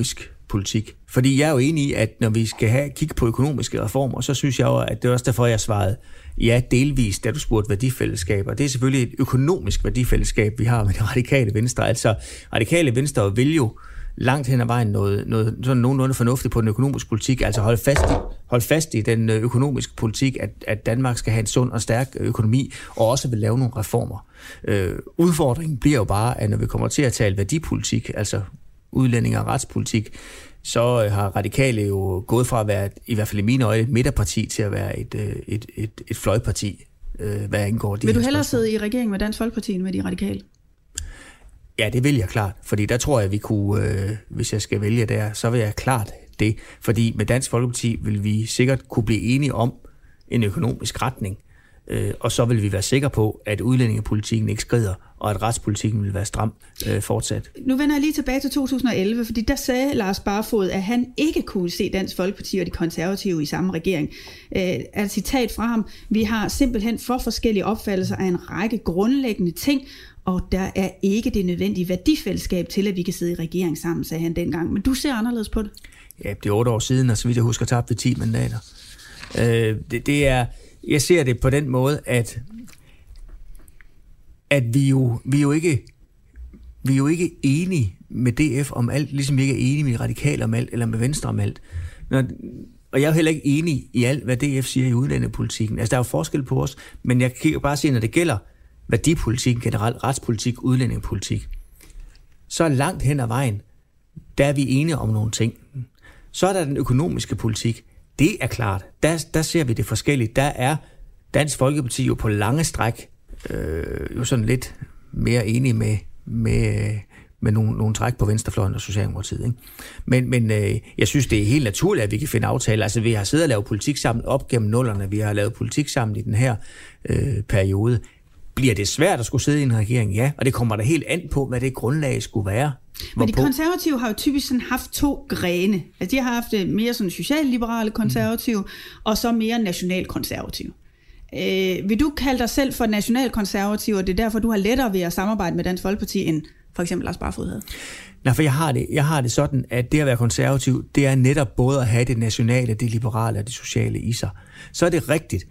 politik. Fordi jeg er jo enig i, at når vi skal have kigge på økonomiske reformer, så synes jeg jo, at det er også derfor, jeg svarede ja delvist, da du spurgte værdifællesskaber. Det er selvfølgelig et økonomisk værdifællesskab, vi har med det radikale venstre. Altså, radikale venstre vil jo langt hen ad vejen noget, noget sådan nogenlunde fornuftigt på den økonomiske politik, altså holde fast i, holde fast i den økonomiske politik, at, at Danmark skal have en sund og stærk økonomi, og også vil lave nogle reformer. Øh, udfordringen bliver jo bare, at når vi kommer til at tale værdipolitik, altså udlænding og retspolitik, så har radikale jo gået fra at være, i hvert fald i mine øjne, et midterparti til at være et, et, et, et fløjparti, hvad angår de. Vil du hellere sidde i regering med Dansk Folkeparti end med de radikale? Ja, det vil jeg klart, fordi der tror jeg, vi kunne, øh, hvis jeg skal vælge der, så vil jeg klart det, fordi med Dansk Folkeparti vil vi sikkert kunne blive enige om en økonomisk retning, øh, og så vil vi være sikre på, at udlændingepolitikken ikke skrider, og at retspolitikken vil være stram øh, fortsat. Nu vender jeg lige tilbage til to tusind og elleve, fordi der sagde Lars Barfoed, at han ikke kunne se Dansk Folkeparti og de konservative i samme regering. Øh, er et citat fra ham: vi har simpelthen for forskellige opfattelser af en række grundlæggende ting, og der er ikke det nødvendige værdifællesskab til, at vi kan sidde i regering sammen, sagde han dengang. Men du ser anderledes på det? Ja, det er otte år siden, og så vidt jeg husker, tabte vi ti mandater. Øh, det, det er, jeg ser det på den måde, at, at vi, jo, vi, er jo ikke, vi er jo ikke enige med D F om alt, ligesom vi ikke er enige med radikale om alt, eller med Venstre om alt. Når, og jeg er jo heller ikke enig i alt, hvad D F siger i udlændingepolitikken. Altså, der er jo forskel på os, men jeg kan jo bare sige, når det gælder værdipolitik, generelt retspolitik, udlændingepolitik, så langt hen ad vejen, der er vi enige om nogle ting. Så er der den økonomiske politik. Det er klart. Der, der ser vi det forskelligt. Der er Dansk Folkeparti jo på lange stræk øh, jo sådan lidt mere enige med, med, med nogle, nogle træk på venstrefløjen og Socialdemokratiet. Ikke? Men, men øh, jeg synes, det er helt naturligt, at vi kan finde aftaler. Altså, vi har siddet og lavet politik sammen op gennem nullerne. Vi har lavet politik sammen i den her øh, periode. Bliver det svært at skulle sidde i en regering? Ja, og det kommer da helt an på, hvad det grundlag skulle være. Men de konservative har jo typisk sådan haft to grene. Altså, de har haft mere sådan socialliberale konservative, mm. og så mere nationalkonservative. Øh, vil du kalde dig selv for nationalkonservativ, og det er derfor, du har lettere ved at samarbejde med Dansk Folkeparti, end for eksempel Lars Barfoed havde? Nej, for jeg har, det, jeg har det sådan, at det at være konservativ, det er netop både at have det nationale, det liberale og det sociale i sig. Så er det rigtigt,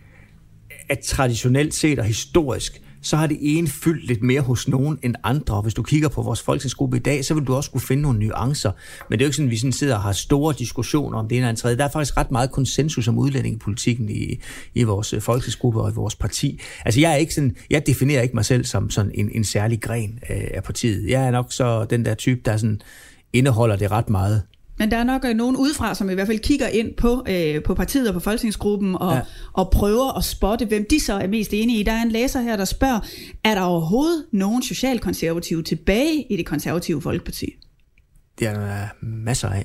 at traditionelt set og historisk, så har det ene fyldt lidt mere hos nogen end andre. Hvis du kigger på vores folketingsgruppe i dag, så vil du også kunne finde nogle nuancer. Men det er jo ikke sådan, at vi sådan sidder og har store diskussioner om det ene eller andet tredje. Der er faktisk ret meget konsensus om udlændingepolitikken i, i vores folketingsgruppe og i vores parti. Altså jeg er ikke sådan, jeg definerer ikke mig selv som sådan en, en særlig gren af partiet. Jeg er nok så den der type, der sådan indeholder det ret meget. Men der er nok nogen udefra, som i hvert fald kigger ind på, øh, på partiet og på folketingsgruppen og, ja. og prøver at spotte, hvem de så er mest enige i. Der er en læser her, der spørger, er der overhovedet nogen socialkonservative tilbage i det konservative folkeparti? Det er der masser af.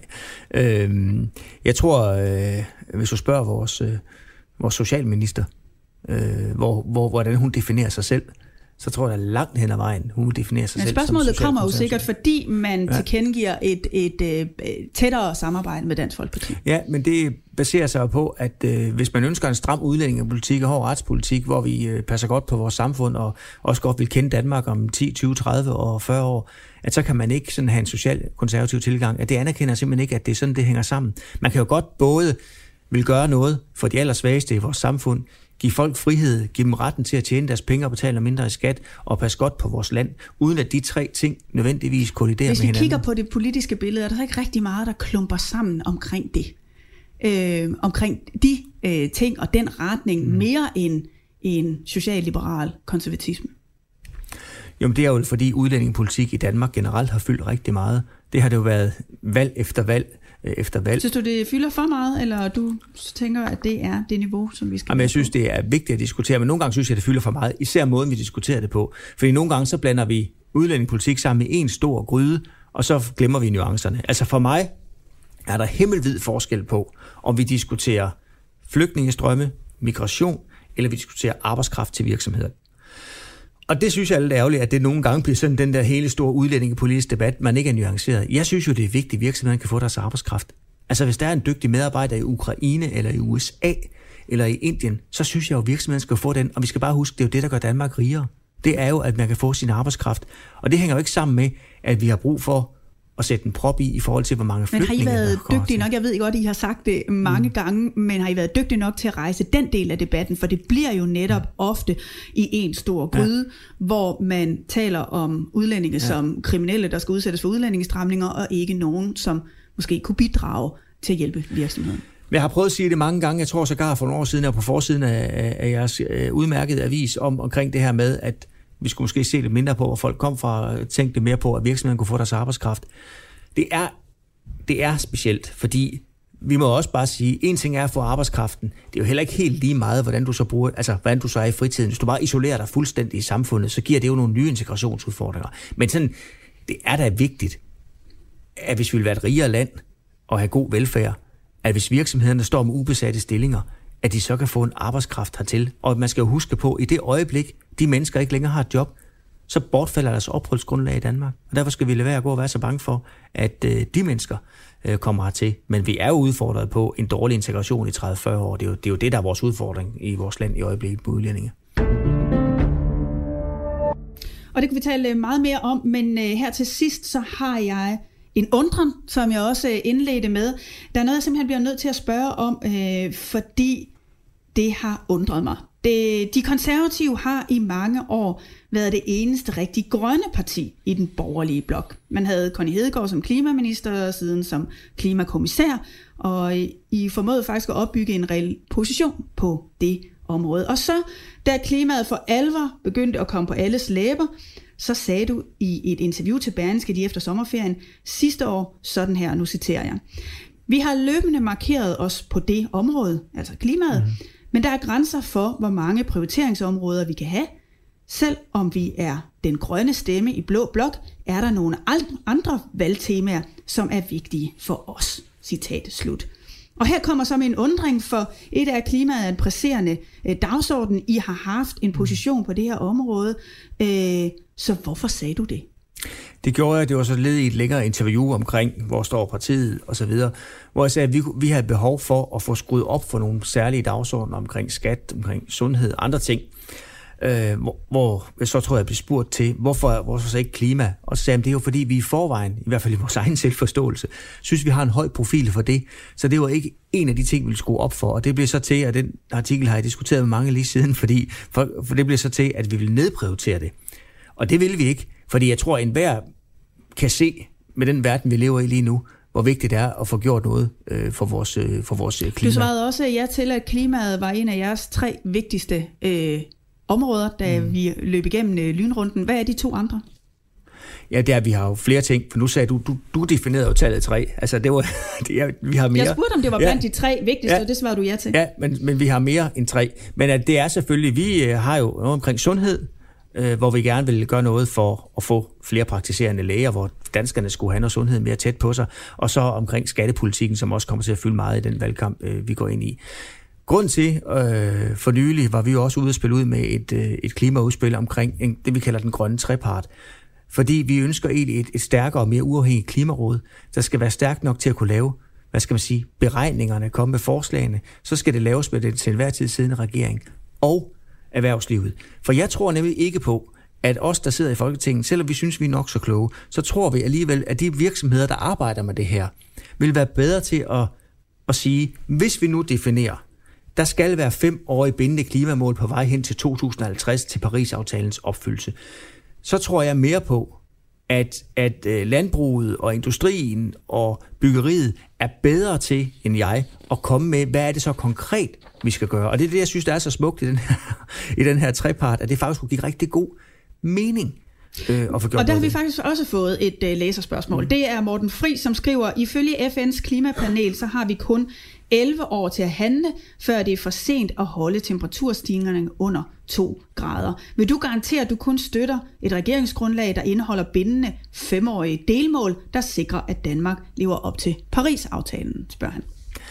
Øh, jeg tror, øh, hvis du spørger vores, øh, vores socialminister, øh, hvor, hvor, hvordan hun definerer sig selv, så tror jeg, at langt hen ad vejen, hun definerer sig Men selv som spørgsmålet kommer jo sikkert, fordi man ja. tilkendegiver et, et, et, et tættere samarbejde med Dansk Folkeparti. Ja, men det baserer sig på, at øh, hvis man ønsker en stram udlændingepolitik og hård retspolitik, hvor vi øh, passer godt på vores samfund og også godt vil kende Danmark om ti, tyve, tredive og fyrre år, at så kan man ikke sådan have en social-konservativ tilgang. At det anerkender simpelthen ikke, at det er sådan, det hænger sammen. Man kan jo godt både vil gøre noget for de allersvageste i vores samfund, give folk frihed, give dem retten til at tjene deres penge og betale mindre i skat, og passe godt på vores land, uden at de tre ting nødvendigvis kolliderer med hinanden. Hvis vi kigger på det politiske billede, er der ikke rigtig meget, der klumper sammen omkring det. Øh, omkring de øh, ting og den retning, mm. mere end en social-liberal konservatisme. Jo, men det er jo fordi udlændingepolitik i Danmark generelt har fyldt rigtig meget. Det har det jo været valg efter valg efter valg. Synes du, det fylder for meget, eller du tænker, at det er det niveau, som vi skal... Jamen, jeg synes, det er vigtigt at diskutere, men nogle gange synes jeg, det fylder for meget, især måden, vi diskuterer det på. Fordi nogle gange, så blander vi udlændingepolitik sammen i en stor gryde, og så glemmer vi nuancerne. Altså for mig er der himmelvid forskel på, om vi diskuterer flygtningestrømme, migration, eller vi diskuterer arbejdskraft til virksomheder. Og det synes jeg er lidt ærgerligt, at det nogle gange bliver sådan den der hele store udlændingepolitiske debat, man ikke er nuanceret. Jeg synes jo, det er vigtigt, at virksomheden kan få deres arbejdskraft. Altså hvis der er en dygtig medarbejder i Ukraine, eller i U S A, eller i Indien, så synes jeg jo, at virksomheden skal få den. Og vi skal bare huske, det er jo det, der gør Danmark rigere. Det er jo, at man kan få sin arbejdskraft. Og det hænger jo ikke sammen med, at vi har brug for at sætte en prop i, i forhold til, hvor mange flygtninge der kommer. Men har I været dygtige til. nok, jeg ved godt, I har sagt det mange mm. gange, men har I været dygtige nok til at rejse den del af debatten, for det bliver jo netop mm. ofte i en stor gryde, ja. hvor man taler om udlændinge ja. som kriminelle, der skal udsættes for udlændingestramninger, og ikke nogen, som måske kunne bidrage til at hjælpe virksomheden. Jeg har prøvet at sige det mange gange, jeg tror sågar for nogle år siden, og på forsiden af, af jeres udmærkede avis om omkring det her med, at vi skulle måske se lidt mindre på, hvor folk kom fra, og tænke lidt mere på, at virksomheden kunne få deres arbejdskraft. Det er, det er specielt, fordi vi må også bare sige, en ting er at få arbejdskraften. Det er jo heller ikke helt lige meget, hvordan du så bruger, altså hvordan du så er i fritiden. Hvis du bare isolerer dig fuldstændig i samfundet, så giver det jo nogle nye integrationsudfordringer. Men sådan, det er da vigtigt, at hvis vi vil være et rigere land og have god velfærd, at hvis virksomhederne står med ubesatte stillinger, at de så kan få en arbejdskraft hertil. Og man skal jo huske på, at i det øjeblik, de mennesker ikke længere har et job, så bortfalder deres opholdsgrundlag i Danmark. Og derfor skal vi lade være at gå og være så bange for, at øh, de mennesker øh, kommer hertil. Men vi er jo udfordret på en dårlig integration i tredive til fyrre år. Det er, jo, det er jo det, der er vores udfordring i vores land i øjeblikket på udlændinge. Og det kan vi tale meget mere om, men øh, her til sidst, så har jeg en undren, som jeg også indledte med. Der er noget, jeg simpelthen bliver nødt til at spørge om, øh, fordi det har undret mig. Det, de konservative har i mange år været det eneste rigtig grønne parti i den borgerlige blok. Man havde Connie Hedegaard som klimaminister, siden som klimakommissær, og I formåede faktisk at opbygge en reel position på det område. Og så, da klimaet for alvor begyndte at komme på alles læber, så sagde du i et interview til Berlingske lige efter sommerferien sidste år sådan her, nu citerer jeg: "Vi har løbende markeret os på det område, altså klimaet, mm. men der er grænser for, hvor mange prioriteringsområder vi kan have. Selv om vi er den grønne stemme i blå blok, er der nogle andre valgtemaer, som er vigtige for os." Citat slut. Og her kommer så med en undring, for et af klimaet er en presserende øh, dagsorden. I har haft en position på det her område, øh, så hvorfor sagde du det? Det gjorde jeg, det var så led i et længere interview omkring, hvor står partiet og så videre, hvor jeg sagde, at vi, vi havde behov for at få skruet op for nogle særlige dagsordener omkring skat, omkring sundhed og andre ting. Øh, hvor, hvor jeg så tror jeg blev spurgt til, hvorfor, hvorfor så ikke klima? Og så sagde jeg, det er jo fordi vi i forvejen, i hvert fald i vores egen selvforståelse, synes vi har en høj profil for det. Så det var ikke en af de ting, vi ville skrue op for. Og det blev så til, og den artikel har jeg diskuteret med mange lige siden, fordi, for, for det blev så til, at vi ville nedprioritere det. Og det ville vi ikke, fordi jeg tror, at enhver kan se med den verden, vi lever i lige nu, hvor vigtigt det er at få gjort noget øh, for, vores, øh, for vores klima. Du svarede også ja til, at klimaet var en af jeres tre vigtigste øh, områder, da mm. vi løb igennem øh, lynrunden. Hvad er de to andre? Ja, det er, vi har jo flere ting, for nu sagde du, du, du definerede jo tallet tre. Altså, det var, det er, vi har mere. Jeg spurgte, om det var blandt ja. de tre vigtigste, ja. og det svarede du ja til. Ja, men, men vi har mere end tre. Men at det er selvfølgelig, vi øh, har jo noget omkring sundhed, øh, hvor vi gerne vil gøre noget for at få flere praktiserende læger, hvor danskerne skulle have noget sundhed mere tæt på sig, og så omkring skattepolitikken, som også kommer til at fylde meget i den valgkamp, øh, vi går ind i. Grunden til, øh, for nylig var vi jo også ude at spille ud med et, øh, et klimaudspil omkring en, det, vi kalder den grønne trepart. Fordi vi ønsker egentlig et, et stærkere og mere uafhængigt klimaråd, der skal være stærkt nok til at kunne lave, hvad skal man sige, beregningerne, komme med forslagene. Så skal det laves med den til enhver tid siddende regering og erhvervslivet. For jeg tror nemlig ikke på, at os, der sidder i Folketinget, selvom vi synes, vi er nok så kloge, så tror vi alligevel, at de virksomheder, der arbejder med det her, vil være bedre til at, at sige, hvis vi nu definerer, der skal være femårige bindende klimamål på vej hen til to tusind og halvtreds til Paris-aftalens opfyldelse. Så tror jeg mere på, at, at landbruget og industrien og byggeriet er bedre til end jeg at komme med, hvad er det så konkret, vi skal gøre. Og det er det, jeg synes, der er så smukt i den her, i den her trepart, at det faktisk kunne give rigtig god mening. Øh, og der har vi faktisk også fået et uh, læserspørgsmål. Mm. Det er Morten Fri, som skriver, ifølge F N's klimapanel, så har vi kun elleve år til at handle, før det er for sent at holde temperaturstigningerne under to grader. Vil du garantere, at du kun støtter et regeringsgrundlag, der indeholder bindende femårige delmål, der sikrer, at Danmark lever op til Paris-aftalen, spørger han.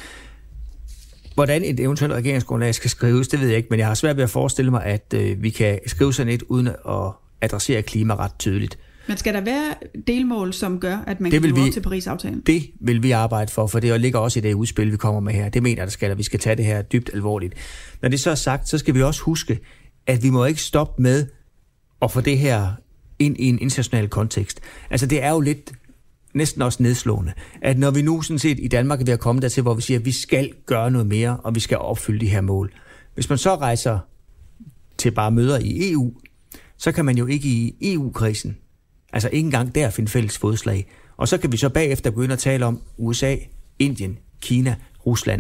Hvordan et eventuelt regeringsgrundlag skal skrives, det ved jeg ikke, men jeg har svært ved at forestille mig, at øh, vi kan skrive sådan et uden at adressere klima ret tydeligt. Men skal der være delmål, som gør, at man kan leve op til Paris-aftalen? Det vil vi arbejde for, for det ligger også i det udspil, vi kommer med her. Det mener jeg, der skal, at vi skal tage det her dybt alvorligt. Når det så er sagt, så skal vi også huske, at vi må ikke stoppe med at få det her ind i en international kontekst. Altså det er jo lidt næsten også nedslående, at når vi nu sådan set i Danmark er ved at komme dertil, hvor vi siger, at vi skal gøre noget mere, og vi skal opfylde de her mål. Hvis man så rejser til bare møder i E U, så kan man jo ikke i E U-kredsen, altså ikke engang der finde fælles fodslag. Og så kan vi så bagefter begynde at tale om U S A, Indien, Kina, Rusland.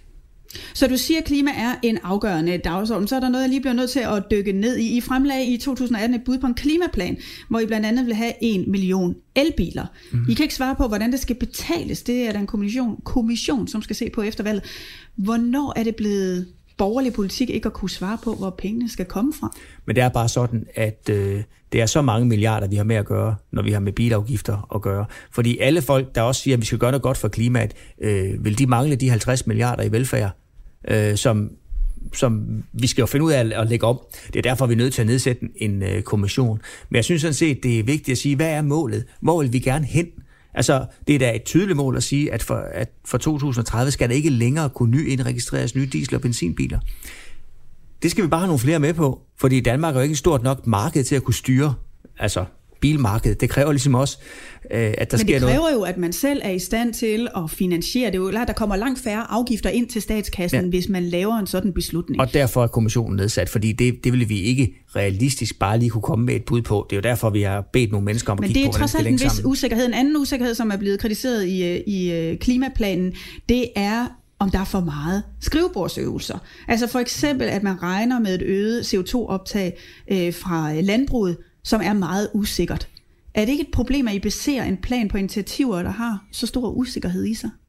Så du siger, at klima er en afgørende dagsorden. Så er der noget, jeg lige bliver nødt til at dykke ned i. I fremlagde i to tusind atten et bud på en klimaplan, hvor I blandt andet vil have en million elbiler. Mm. I kan ikke svare på, hvordan det skal betales. Det er der en kommission, kommission, som skal se på efter valget. Hvornår er det blevet borgerlig politik ikke at kunne svare på, hvor pengene skal komme fra? Men det er bare sådan, at øh, det er så mange milliarder, vi har med at gøre, når vi har med bilafgifter at gøre. Fordi alle folk, der også siger, at vi skal gøre noget godt for klimaet, øh, vil de mangle de halvtreds milliarder i velfærd, øh, som, som vi skal jo finde ud af at, at lægge om. Det er derfor, vi er nødt til at nedsætte en øh, kommission. Men jeg synes sådan set, det er vigtigt at sige, hvad er målet? Hvor vil vi gerne hen? Altså, det er da et tydeligt mål at sige, at for, at for to tusind og tredive skal der ikke længere kunne nyindregistreres nye diesel- og benzinbiler. Det skal vi bare have nogle flere med på, fordi Danmark er jo ikke et stort nok marked til at kunne styre, altså bilmarkedet. Det kræver ligesom også, øh, at der sker noget. Men det kræver noget. jo, at man selv er i stand til at finansiere. Det er jo klart, der kommer langt færre afgifter ind til statskassen, ja. hvis man laver en sådan beslutning. Og derfor er kommissionen nedsat, fordi det, det ville vi ikke realistisk bare lige kunne komme med et bud på. Det er jo derfor, vi har bedt nogle mennesker om at kigge på, hvordan det Men det er trods alt en vis usikkerhed. En anden usikkerhed, som er blevet kritiseret i, i klimaplanen, det er, om der er for meget skrivebordsøvelser. Altså for eksempel, at man regner med et øget C O to optag øh, fra landbruget, som er meget usikkert. Er det ikke et problem, at I baserer en plan på initiativer, der har så stor usikkerhed i sig?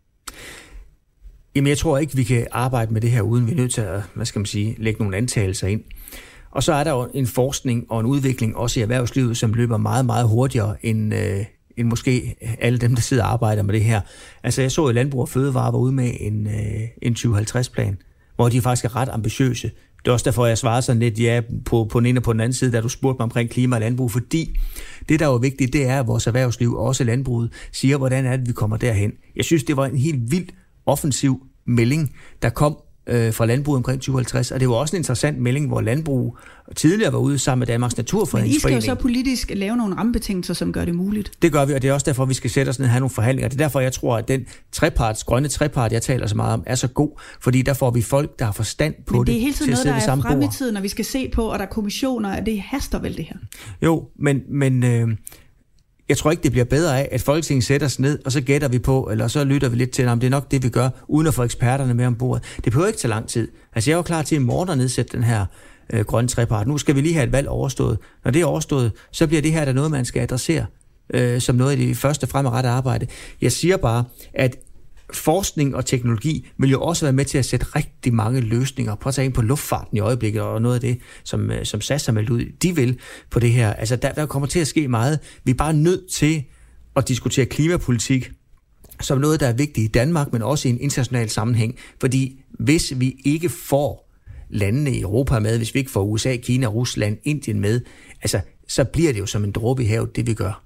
Jamen, jeg tror ikke, vi kan arbejde med det her, uden vi er nødt til at, hvad skal man sige, lægge nogle antagelser ind. Og så er der jo en forskning og en udvikling, også i erhvervslivet, som løber meget, meget hurtigere end, øh, end måske alle dem, der sidder og arbejder med det her. Altså, jeg så jo Landbrug og Fødevare var ude med en, øh, en tyve halvtreds-plan, hvor de faktisk er ret ambitiøse. Det er også derfor, jeg svarer sådan lidt ja på, på den ene og på den anden side, da du spurgte mig omkring klima og landbrug, fordi det, der er jo vigtigt, det er, at vores erhvervsliv, også landbruget, siger, hvordan er det, vi kommer derhen. Jeg synes, det var en helt vild offensiv melding, der kom øh, fra landbruget omkring tyve halvtreds, og det var også en interessant melding, hvor landbrug tidligere var ude sammen med Danmarks Naturfredningsforening. Men I skal jo så politisk lave nogle rammebetingelser, som gør det muligt. Det gør vi, og det er også derfor, vi skal sætte os ned og have nogle forhandlinger. Det er derfor, jeg tror, at den treparts, grønne trepart, jeg taler så meget om, er så god, fordi der får vi folk, der har forstand på det. Men det er hele tiden noget, der er frem i tiden, når vi skal se på, og der er kommissioner, og det haster vel det her. Jo, men, men øh, jeg tror ikke, det bliver bedre af, at Folketinget sætter os ned, og så gætter vi på, eller så lytter vi lidt til, om det er nok det, vi gør, uden at få eksperterne med ombord. Det behøver ikke tage lang tid. Altså, jeg er jo klar til i morgen at nedsætte den her øh, grønne trepart. Nu skal vi lige have et valg overstået. Når det er overstået, så bliver det her der noget, man skal adressere øh, som noget af det første fremadrettede arbejde. Jeg siger bare, at forskning og teknologi vil jo også være med til at sætte rigtig mange løsninger. Prøv at tage ind på luftfarten i øjeblikket, og noget af det, som, som S A S har meldt ud, de vil på det her. Altså, der, der kommer til at ske meget. Vi er bare nødt til at diskutere klimapolitik som noget, der er vigtigt i Danmark, men også i en international sammenhæng. Fordi hvis vi ikke får landene i Europa med, hvis vi ikke får U S A, Kina, Rusland, Indien med, altså, så bliver det jo som en dråbe i havet, det vi gør.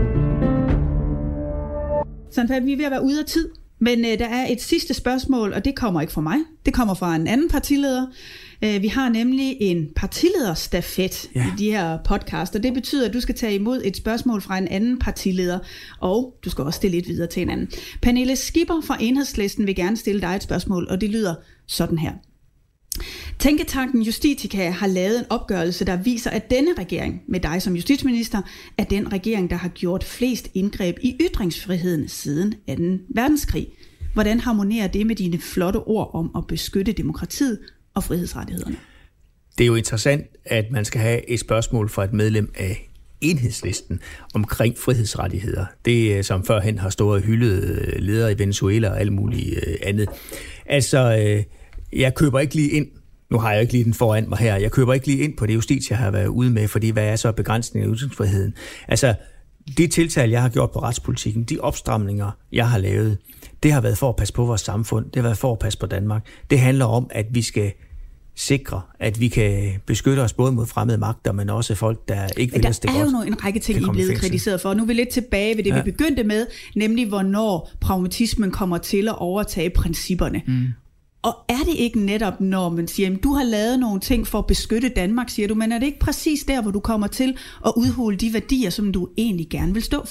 Sådan, vi er ved at være ude af tid. Men øh, der er et sidste spørgsmål, og det kommer ikke fra mig. Det kommer fra en anden partileder. Øh, vi har nemlig en partilederstafet ja. i de her podcast, og det betyder, at du skal tage imod et spørgsmål fra en anden partileder, og du skal også stille et videre til en anden. Pernille Skipper fra Enhedslisten vil gerne stille dig et spørgsmål, og det lyder sådan her. Tænketanken Justitica har lavet en opgørelse, der viser, at denne regering, med dig som justitsminister, er den regering, der har gjort flest indgreb i ytringsfriheden siden anden verdenskrig. Hvordan harmonerer det med dine flotte ord om at beskytte demokratiet og frihedsrettighederne? Det er jo interessant, at man skal have et spørgsmål fra et medlem af Enhedslisten omkring frihedsrettigheder. Det, som førhen har stået og hyldet ledere i Venezuela og alt muligt andet. Altså, jeg køber ikke lige ind. Nu har jeg ikke lige den foran mig her. Jeg køber ikke lige ind på det Justitia har været ude med, fordi hvad er så begrænsningen af ytringsfriheden? Altså, de tiltag, jeg har gjort på retspolitikken, de opstramninger, jeg har lavet, det har været for at passe på vores samfund. Det har været for at passe på Danmark. Det handler om, at vi skal sikre, at vi kan beskytte os både mod fremmede magter, men også folk, der ikke vil os det godt. Der er jo en række ting, I er blevet kritiseret for. Nu er vi lidt tilbage ved det, ja. vi begyndte med, nemlig hvornår pragmatismen kommer til at overtage principperne. Mm. Og er det ikke netop, når man siger, at du har lavet nogle ting for at beskytte Danmark, siger du, men er det ikke præcis der, hvor du kommer til at udhule de værdier, som du egentlig gerne vil stå for?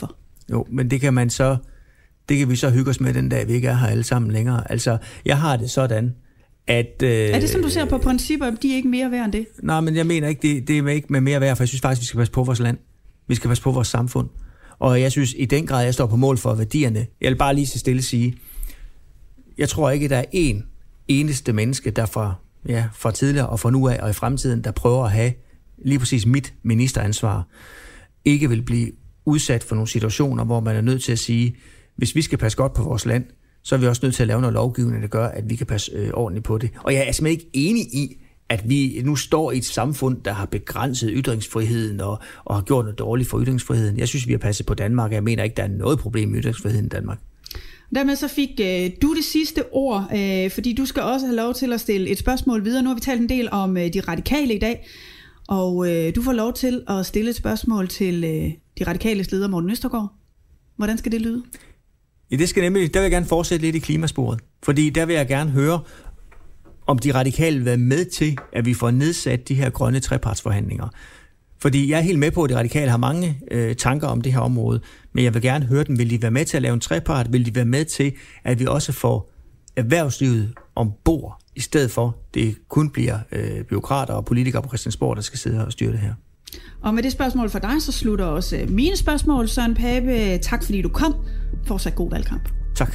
Jo, men det kan man så, det kan vi så hygge os med den dag, vi ikke er her alle sammen længere. Altså, jeg har det sådan, at... Øh, er det sådan, du ser på principper, de er ikke mere værd end det? Nej, men jeg mener ikke, det, det er ikke med mere værd, for jeg synes faktisk, vi skal passe på vores land. Vi skal passe på vores samfund. Og jeg synes i den grad, jeg står på mål for værdierne. Jeg vil bare lige så stille sige, jeg tror ikke, der er én eneste menneske, der fra, ja, fra tidligere og fra nu af og i fremtiden, der prøver at have lige præcis mit ministeransvar, ikke vil blive udsat for nogle situationer, hvor man er nødt til at sige, hvis vi skal passe godt på vores land, så er vi også nødt til at lave noget lovgivning, der gør, at vi kan passe øh, ordentligt på det. Og jeg er simpelthen ikke enig i, at vi nu står i et samfund, der har begrænset ytringsfriheden og, og har gjort noget dårligt for ytringsfriheden. Jeg synes, vi har passet på Danmark, og jeg mener ikke, der er noget problem med ytringsfriheden i Danmark. Dermed så fik øh, du det sidste ord, øh, fordi du skal også have lov til at stille et spørgsmål videre. Nu har vi talt en del om øh, de radikale i dag, og øh, du får lov til at stille et spørgsmål til øh, de radikales leder, Morten Østergaard. Hvordan skal det lyde? Ja, det skal nemlig, der vil jeg gerne fortsætte lidt i klimasporet, fordi der vil jeg gerne høre, om de radikale vil være med til, at vi får nedsat de her grønne trepartsforhandlinger. Fordi jeg er helt med på, at de radikale har mange øh, tanker om det her område, men jeg vil gerne høre dem. Vil de være med til at lave en trepart? Vil de være med til, at vi også får erhvervslivet ombord, i stedet for, det kun bliver øh, byråkrater og politikere på Christiansborg, der skal sidde her og styre det her? Og med det spørgsmål for dig, så slutter også mine spørgsmål. Søren Pape, tak fordi du kom. Fortsat god valgkamp. Tak.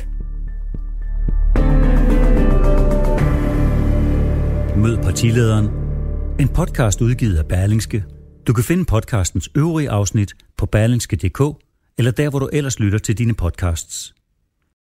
Mød partilederen. En podcast udgivet af Berlingske. Du kan finde podcastens øvrige afsnit på berlingske punktum d k eller der, hvor du ellers lytter til dine podcasts.